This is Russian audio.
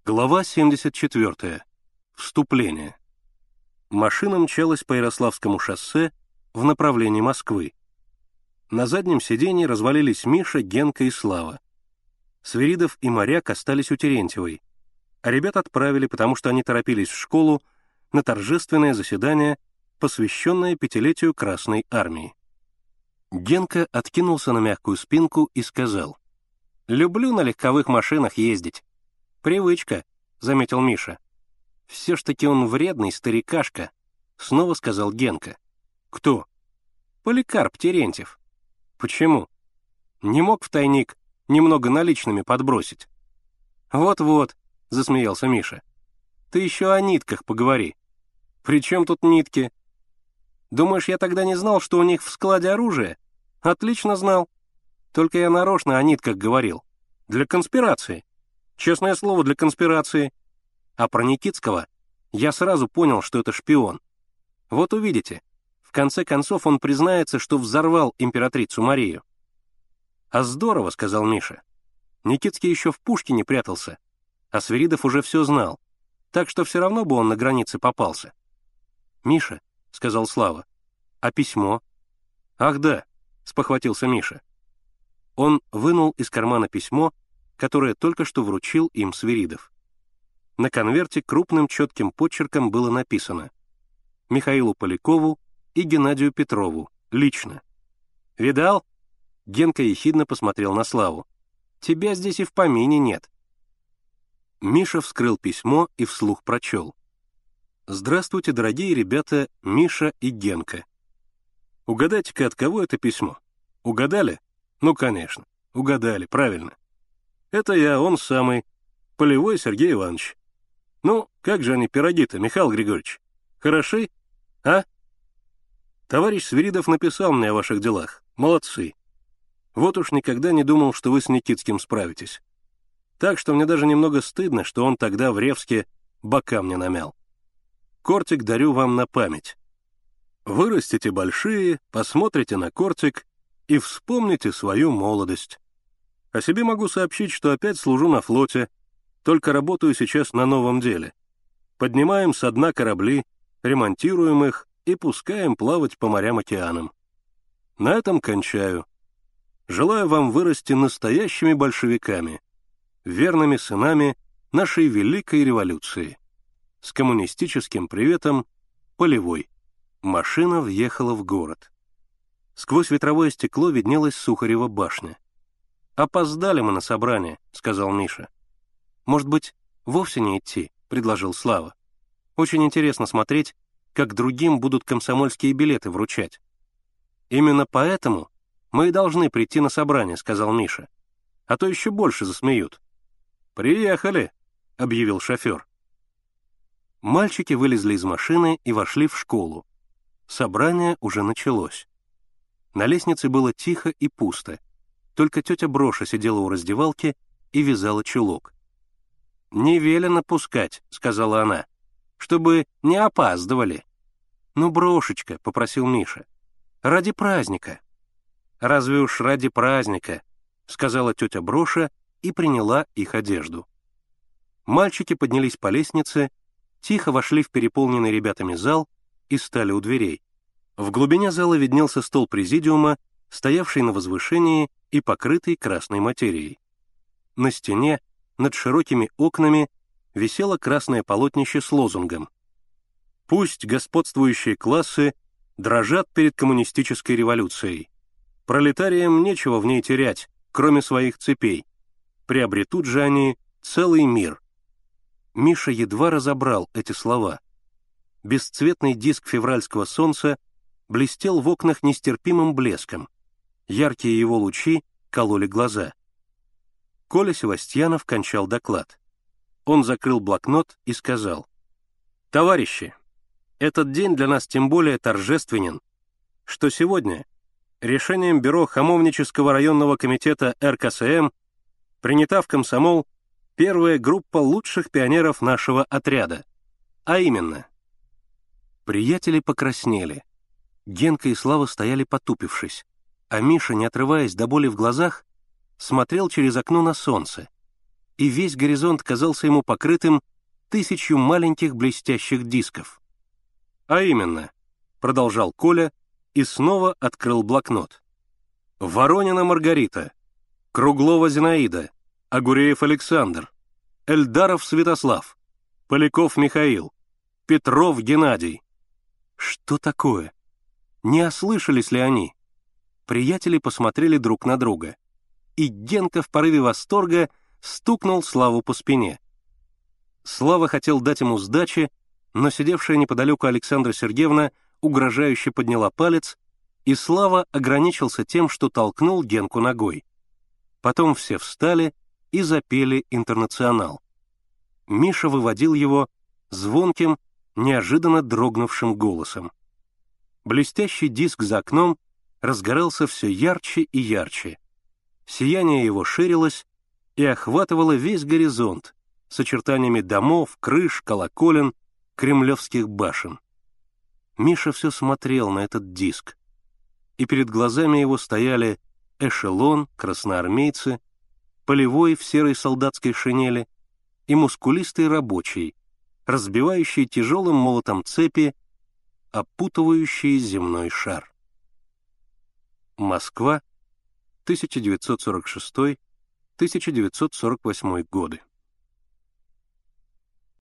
Глава 74. Вступление. Машина мчалась по Ярославскому шоссе в направлении Москвы. На заднем сиденье развалились Миша, Генка и Слава. Свиридов и Моряк остались у Терентьевой, а ребят отправили, потому что они торопились в школу на торжественное заседание, посвященное 5-летию Красной Армии. Генка откинулся на мягкую спинку и сказал: «Люблю на легковых машинах ездить». «Привычка», — заметил Миша. «Все ж таки он вредный старикашка», — снова сказал Генка. «Кто?» «Поликарп Терентьев». «Почему?» «Не мог в тайник немного наличными подбросить». «Вот-вот», — засмеялся Миша. «Ты еще о нитках поговори». «При чем тут нитки?» «Думаешь, я тогда не знал, что у них в складе оружие?» «Отлично знал. Только я нарочно о нитках говорил. Для конспирации. Честное слово, для конспирации. А про Никитского я сразу понял, что это шпион. Вот увидите, в конце концов он признается, что взорвал императрицу Марию». «А здорово», — сказал Миша. «Никитский еще в Пушкине прятался, а Свиридов уже все знал, так что все равно бы он на границе попался». «Миша», — сказал Слава, — «а письмо?» «Ах да», — спохватился Миша. Он вынул из кармана письмо, которое только что вручил им Свиридов. На конверте крупным четким почерком было написано: «Михаилу Полякову и Геннадию Петрову. Лично». «Видал?» — Генка ехидно посмотрел на Славу. «Тебя здесь и в помине нет». Миша вскрыл письмо и вслух прочел: «Здравствуйте, дорогие ребята Миша и Генка. Угадайте-ка, от кого это письмо? Угадали? Ну, конечно, угадали, правильно. Это я, он самый, Полевой Сергей Иванович. Ну, как же они, пироги-то, Михаил Григорьевич? Хороши? А? Товарищ Свиридов написал мне о ваших делах. Молодцы. Вот уж никогда не думал, что вы с Никитским справитесь. Так что мне даже немного стыдно, что он тогда в Ревске бока мне намял. Кортик дарю вам на память. Вырастите большие, посмотрите на кортик и вспомните свою молодость. О себе могу сообщить, что опять служу на флоте, только работаю сейчас на новом деле. Поднимаем со дна корабли, ремонтируем их и пускаем плавать по морям-океанам. На этом кончаю. Желаю вам вырасти настоящими большевиками, верными сынами нашей великой революции. С коммунистическим приветом, Полевой». Машина въехала в город. Сквозь ветровое стекло виднелась Сухарева башня. «Опоздали мы на собрание», — сказал Миша. «Может быть, вовсе не идти», — предложил Слава. «Очень интересно смотреть, как другим будут комсомольские билеты вручать». «Именно поэтому мы и должны прийти на собрание», — сказал Миша. «А то еще больше засмеют». «Приехали», — объявил шофер. Мальчики вылезли из машины и вошли в школу. Собрание уже началось. На лестнице было тихо и пусто. Только тетя Броша сидела у раздевалки и вязала чулок. «Не велено пускать», — сказала она, — «чтобы не опаздывали». «Ну, Брошечка», — попросил Миша, — «ради праздника». «Разве уж ради праздника», — сказала тетя Броша и приняла их одежду. Мальчики поднялись по лестнице, тихо вошли в переполненный ребятами зал и стали у дверей. В глубине зала виднелся стол президиума, стоявший на возвышении и покрытый красной материей. На стене, над широкими окнами, висело красное полотнище с лозунгом: «Пусть господствующие классы дрожат перед коммунистической революцией. Пролетариям нечего в ней терять, кроме своих цепей. Приобретут же они целый мир». Миша едва разобрал эти слова. Бесцветный диск февральского солнца блестел в окнах нестерпимым блеском. Яркие его лучи кололи глаза. Коля Севастьянов кончал доклад. Он закрыл блокнот и сказал: «Товарищи, этот день для нас тем более торжественен, что сегодня решением Бюро Хамовнического районного комитета РКСМ принята в комсомол первая группа лучших пионеров нашего отряда, а именно...» Приятели покраснели. Генка и Слава стояли потупившись, а Миша, не отрываясь до боли в глазах, смотрел через окно на солнце. и весь горизонт казался ему покрытым 1000 маленьких блестящих дисков. «А именно», — продолжал Коля и снова открыл блокнот. «Воронина Маргарита, Круглова Зинаида, Агуреев Александр, Эльдаров Святослав, Поляков Михаил, Петров Геннадий». Что такое? Не ослышались ли они? Приятели посмотрели друг на друга, и Генка в порыве восторга стукнул Славу по спине. Слава хотел дать ему сдачи, но сидевшая неподалеку Александра Сергеевна угрожающе подняла палец, и Слава ограничился тем, что толкнул Генку ногой. Потом все встали и запели «Интернационал». Миша выводил его звонким, неожиданно дрогнувшим голосом. Блестящий диск за окном разгорался все ярче и ярче. Сияние его ширилось и охватывало весь горизонт с очертаниями домов, крыш, колоколен, кремлевских башен. Миша все смотрел на этот диск, и перед глазами его стояли эшелон, красноармейцы, полевой в серой солдатской шинели и мускулистый рабочий, разбивающий тяжелым молотом цепи, опутывающие земной шар. Москва, 1946-1948 годы.